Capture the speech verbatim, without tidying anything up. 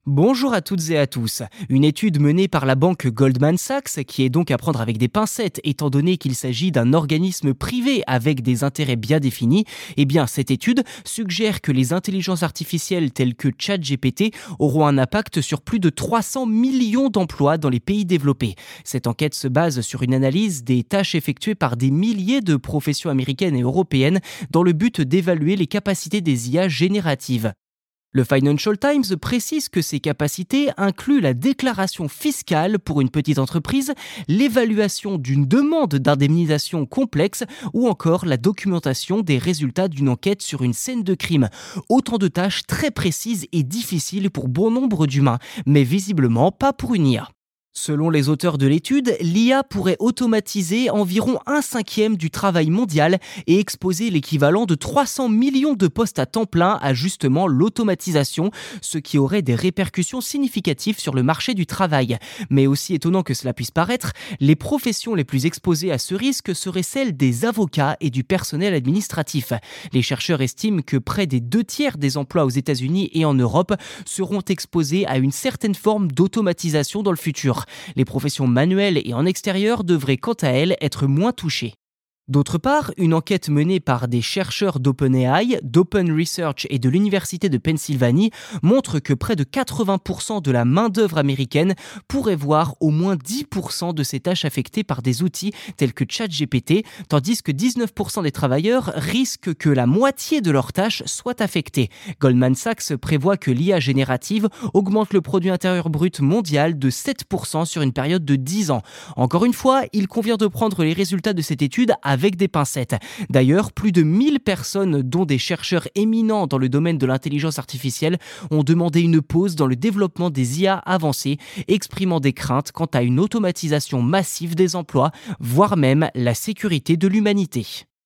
Bonjour à toutes et à tous. Une étude menée par la banque Goldman Sachs, qui est donc à prendre avec des pincettes étant donné qu'il s'agit d'un organisme privé avec des intérêts bien définis, eh bien cette étude suggère que les intelligences artificielles telles que ChatGPT auront un impact sur plus de trois cents millions d'emplois dans les pays développés. Cette enquête se base sur une analyse des tâches effectuées par des milliers de professions américaines et européennes dans le but d'évaluer les capacités des I A génératives. Le Financial Times précise que ces capacités incluent la déclaration fiscale pour une petite entreprise, l'évaluation d'une demande d'indemnisation complexe ou encore la documentation des résultats d'une enquête sur une scène de crime. Autant de tâches très précises et difficiles pour bon nombre d'humains, mais visiblement pas pour une I A. Selon les auteurs de l'étude, l'I A pourrait automatiser environ un cinquième du travail mondial et exposer l'équivalent de trois cents millions de postes à temps plein à justement l'automatisation, ce qui aurait des répercussions significatives sur le marché du travail. Mais aussi étonnant que cela puisse paraître, les professions les plus exposées à ce risque seraient celles des avocats et du personnel administratif. Les chercheurs estiment que près des deux tiers des emplois aux États-Unis et en Europe seront exposés à une certaine forme d'automatisation dans le futur. Les professions manuelles et en extérieur devraient quant à elles être moins touchées. D'autre part, une enquête menée par des chercheurs d'OpenAI, d'Open Research et de l'Université de Pennsylvanie montre que près de quatre-vingts pour cent de la main-d'œuvre américaine pourrait voir au moins dix pour cent de ses tâches affectées par des outils tels que ChatGPT, tandis que dix-neuf pour cent des travailleurs risquent que la moitié de leurs tâches soient affectées. Goldman Sachs prévoit que l'I A générative augmente le produit intérieur brut mondial de sept pour cent sur une période de dix ans. Encore une fois, il convient de prendre les résultats de cette étude à avec des pincettes. D'ailleurs, plus de mille personnes, dont des chercheurs éminents dans le domaine de l'intelligence artificielle, ont demandé une pause dans le développement des I A avancées, exprimant des craintes quant à une automatisation massive des emplois, voire même la sécurité de l'humanité.